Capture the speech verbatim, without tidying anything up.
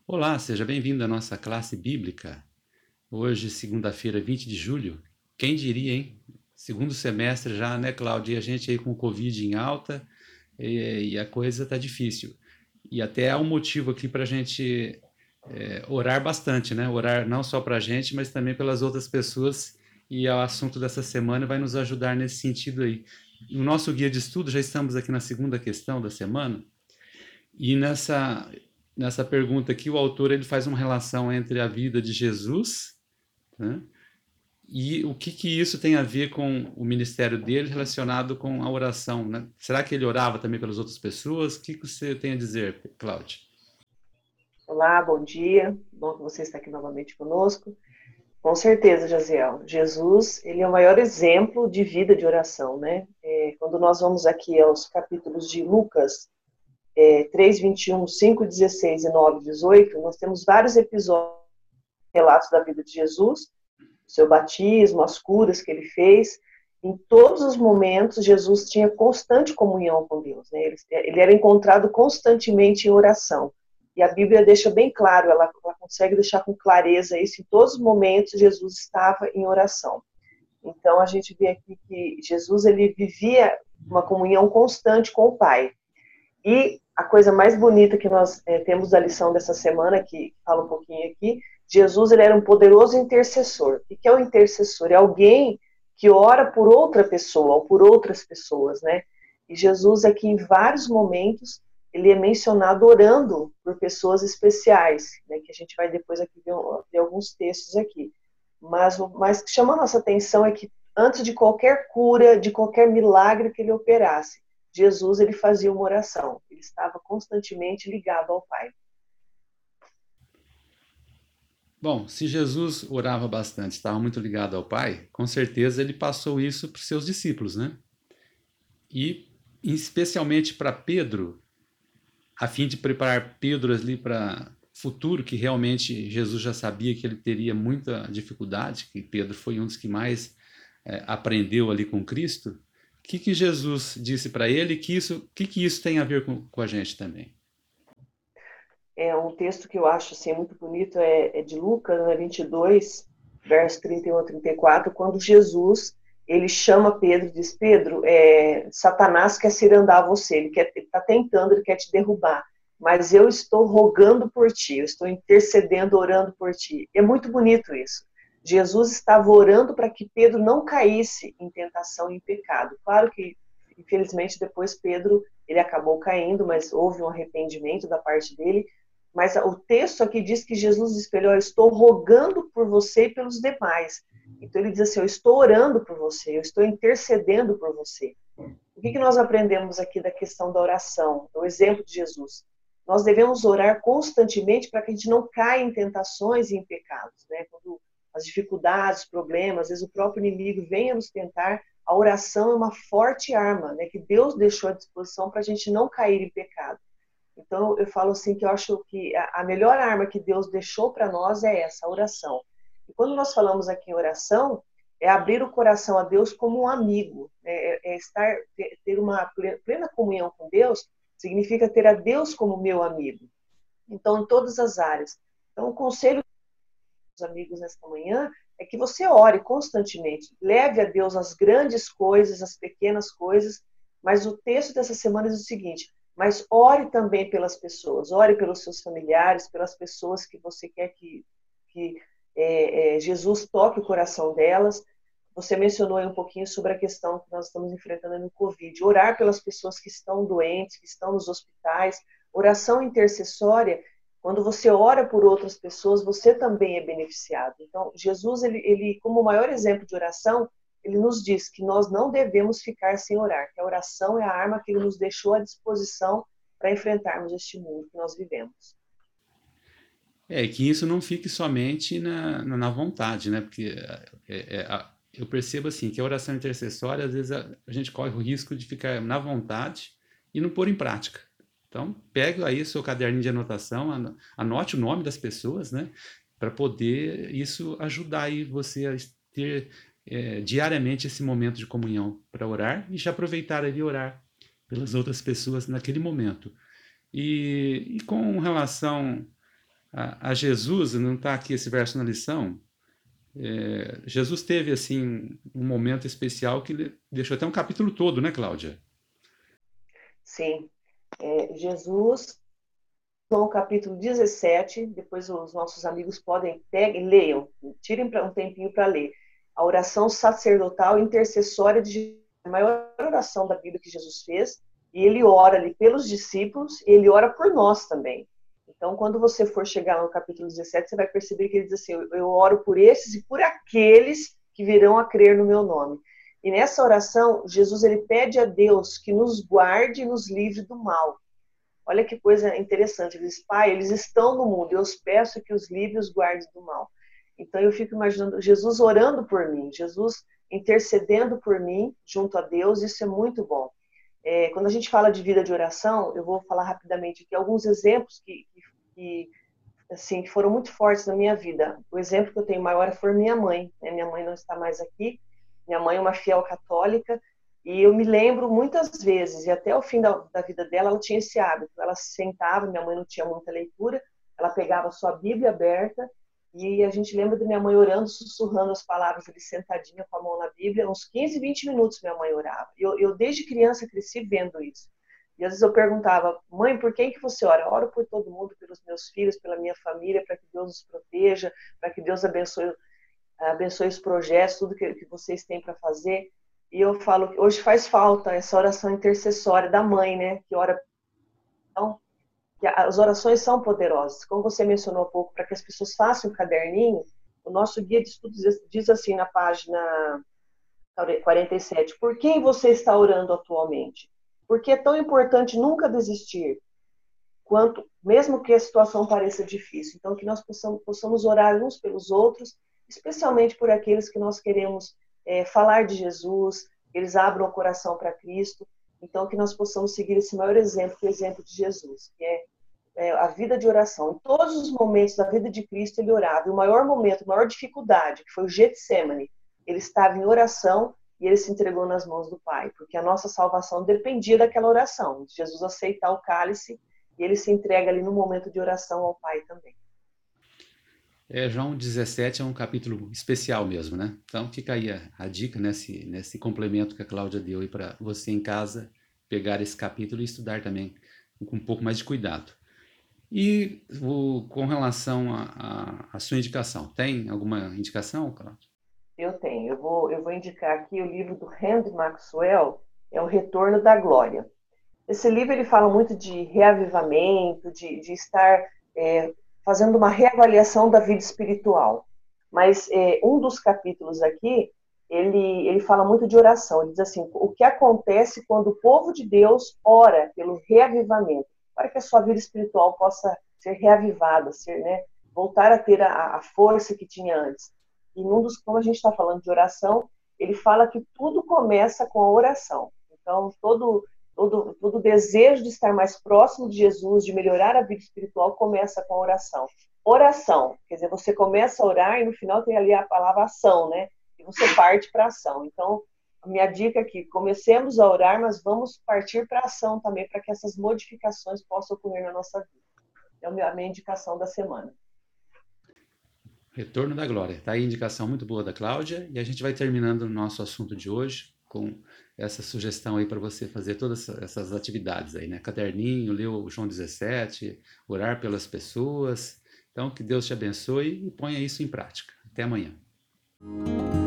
Olá, seja bem-vindo à nossa classe bíblica. Hoje, segunda-feira, vinte de julho. Quem diria, hein? Segundo semestre já, né, Cláudia? E a gente aí com o Covid em alta e, e a coisa tá difícil. E até há um motivo aqui para a gente é, orar bastante, né? Orar não só para a gente, mas também pelas outras pessoas. E é o assunto dessa semana vai nos ajudar nesse sentido aí. No nosso guia de estudo, já estamos aqui na segunda questão da semana. E nessa, nessa pergunta aqui, o autor ele faz uma relação entre a vida de Jesus, né, e o que, que isso tem a ver com o ministério dele relacionado com a oração, né? Será que ele orava também pelas outras pessoas? O que, que você tem a dizer, Cláudia? Olá, bom dia. Bom que você está aqui novamente conosco. Com certeza, Jaziel. Jesus, ele é o maior exemplo de vida de oração, né? É, quando nós vamos aqui aos capítulos de Lucas, é, três, vinte e um, cinco, dezesseis e nove, dezoito, nós temos vários episódios, relatos da vida de Jesus, o seu batismo, as curas que ele fez. Em todos os momentos, Jesus tinha constante comunhão com Deus, né? Ele, ele era encontrado constantemente em oração. E a Bíblia deixa bem claro, ela, ela consegue deixar com clareza isso. Em todos os momentos, Jesus estava em oração. Então, a gente vê aqui que Jesus ele vivia uma comunhão constante com o Pai. E a coisa mais bonita que nós é, temos da lição dessa semana, que fala um pouquinho aqui, Jesus ele era um poderoso intercessor. O que é o intercessor? É alguém que ora por outra pessoa, ou por outras pessoas, né? E Jesus aqui, em vários momentos, ele é mencionado orando por pessoas especiais, né? Que a gente vai depois aqui ver, ver alguns textos aqui. Mas o mais que chama a nossa atenção é que antes de qualquer cura, de qualquer milagre que ele operasse, Jesus ele fazia uma oração. Ele estava constantemente ligado ao Pai. Bom, se Jesus orava bastante, estava muito ligado ao Pai, com certeza ele passou isso para os seus discípulos, né? E especialmente para Pedro, a fim de preparar Pedro ali para futuro, que realmente Jesus já sabia que ele teria muita dificuldade, que Pedro foi um dos que mais é, aprendeu ali com Cristo. O que, que Jesus disse para ele? Que isso, que, que isso tem a ver com, com a gente também? É um texto que eu acho assim, muito bonito, é, é de Lucas, né, vinte e dois, verso trinta e um a trinta e quatro, quando Jesus ele chama Pedro e diz, Pedro, é, Satanás quer cirandar você, ele está tentando, ele quer te derrubar, mas eu estou rogando por ti, eu estou intercedendo, orando por ti. É muito bonito isso. Jesus estava orando para que Pedro não caísse em tentação e em pecado. Claro que, infelizmente, depois Pedro ele acabou caindo, mas houve um arrependimento da parte dele. Mas o texto aqui diz que Jesus espelhou, eu estou rogando por você e pelos demais. Então ele diz assim, eu estou orando por você, eu estou intercedendo por você. O que, que nós aprendemos aqui da questão da oração? O exemplo de Jesus. Nós devemos orar constantemente para que a gente não caia em tentações e em pecados. Né? Quando as dificuldades, problemas, às vezes o próprio inimigo venha nos tentar, a oração é uma forte arma, né, que Deus deixou à disposição para a gente não cair em pecado. Então, eu falo assim que eu acho que a melhor arma que Deus deixou para nós é essa, a oração. E quando nós falamos aqui em oração, é abrir o coração a Deus como um amigo, né? é, é estar, ter uma plena comunhão com Deus, significa ter a Deus como meu amigo. Então, em todas as áreas. Então, o conselho dos amigos nesta manhã é que você ore constantemente, leve a Deus as grandes coisas, as pequenas coisas, mas o texto dessa semana diz o seguinte, mas ore também pelas pessoas, ore pelos seus familiares, pelas pessoas que você quer que, que é, é, Jesus toque o coração delas. Você mencionou aí um pouquinho sobre a questão que nós estamos enfrentando no Covid, orar pelas pessoas que estão doentes, que estão nos hospitais, oração intercessória. Quando você ora por outras pessoas, você também é beneficiado. Então, Jesus, ele, ele, como o maior exemplo de oração, ele nos diz que nós não devemos ficar sem orar, que a oração é a arma que ele nos deixou à disposição para enfrentarmos este mundo que nós vivemos. É que isso não fique somente na, na, na vontade, né? Porque é, é, a, eu percebo assim que a oração intercessória, às vezes a, a gente corre o risco de ficar na vontade e não pôr em prática. Então, pegue aí o seu caderninho de anotação, anote o nome das pessoas, né? Para poder isso ajudar aí você a ter é, diariamente esse momento de comunhão para orar e já aproveitar ali e orar pelas outras pessoas naquele momento. E, e com relação A, a Jesus, não está aqui esse verso na lição, é, Jesus teve assim um momento especial que deixou até um capítulo todo, né, Cláudia? Sim, é, Jesus, João capítulo dezessete, depois os nossos amigos podem, peguem, leiam, tirem pra, um tempinho para ler. A oração sacerdotal intercessória de Jesus, a maior oração da Bíblia que Jesus fez, e ele ora ali pelos discípulos, e ele ora por nós também. Então, quando você for chegar no capítulo dezessete, você vai perceber que ele diz assim, eu, eu oro por esses e por aqueles que virão a crer no meu nome. E nessa oração, Jesus ele pede a Deus que nos guarde e nos livre do mal. Olha que coisa interessante. Ele diz, Pai, eles estão no mundo, eu os peço que os livre e os guarde do mal. Então eu fico imaginando Jesus orando por mim, Jesus intercedendo por mim junto a Deus, isso é muito bom. É, quando a gente fala de vida de oração, eu vou falar rapidamente aqui alguns exemplos que, que, que, assim, que foram muito fortes na minha vida. O exemplo que eu tenho maior foi minha mãe. Né? Minha mãe não está mais aqui. Minha mãe é uma fiel católica e eu me lembro muitas vezes, e até o fim da, da vida dela, ela tinha esse hábito. Ela se sentava, minha mãe não tinha muita leitura, ela pegava a sua Bíblia aberta e a gente lembra de minha mãe orando, sussurrando as palavras ali, sentadinha com a mão na Bíblia. Uns quinze, vinte minutos minha mãe orava. Eu, eu desde criança, cresci vendo isso. E às vezes eu perguntava, mãe, por quem que você ora? Eu oro por todo mundo, pelos meus filhos, pela minha família, para que Deus os proteja, para que Deus abençoe, abençoe os projetos, tudo que, que vocês têm para fazer. E eu falo que hoje faz falta essa oração intercessória da mãe, né? Que ora. Então, que as orações são poderosas. Como você mencionou há pouco, para que as pessoas façam um caderninho, o nosso guia de estudos diz assim na página quarenta e sete, por quem você está orando atualmente? Porque é tão importante nunca desistir, quanto, mesmo que a situação pareça difícil. Então, que nós possamos, possamos orar uns pelos outros, especialmente por aqueles que nós queremos é, falar de Jesus, eles abram o coração para Cristo. Então, que nós possamos seguir esse maior exemplo, que é o exemplo de Jesus, que é, é a vida de oração. Em todos os momentos da vida de Cristo, ele orava. E o maior momento, a maior dificuldade, que foi o Getsemane, ele estava em oração e ele se entregou nas mãos do Pai, porque a nossa salvação dependia daquela oração, de Jesus aceitar o cálice e ele se entrega ali no momento de oração ao Pai também. É, João dezessete é um capítulo especial mesmo, né? Então fica aí a, a dica nesse, nesse complemento que a Cláudia deu aí para você em casa pegar esse capítulo e estudar também com um pouco mais de cuidado. E o, com relação à sua indicação, tem alguma indicação, Cláudia? Eu tenho. Eu vou, eu vou indicar aqui o livro do Randy Maxwell, é O Retorno da Glória. Esse livro ele fala muito de reavivamento, de, de estar é, fazendo uma reavaliação da vida espiritual. Mas é, um dos capítulos aqui, ele, ele fala muito de oração. Ele diz assim, o que acontece quando o povo de Deus ora pelo reavivamento, para que a sua vida espiritual possa ser reavivada, ser, né, voltar a ter a, a força que tinha antes. E num dos, como a gente está falando de oração, ele fala que tudo começa com a oração. Então, todo Todo, todo desejo de estar mais próximo de Jesus, de melhorar a vida espiritual, começa com a oração. Oração, quer dizer, você começa a orar e no final tem ali a palavra ação, né? E você parte para a ação. Então, a minha dica aqui, comecemos a orar, mas vamos partir para a ação também, para que essas modificações possam ocorrer na nossa vida. É a minha indicação da semana. Retorno da Glória. Está aí a indicação muito boa da Cláudia e a gente vai terminando o nosso assunto de hoje com essa sugestão aí para você fazer todas essas atividades aí, né? Caderninho, ler o João dezessete, orar pelas pessoas. Então, que Deus te abençoe e ponha isso em prática. Até amanhã.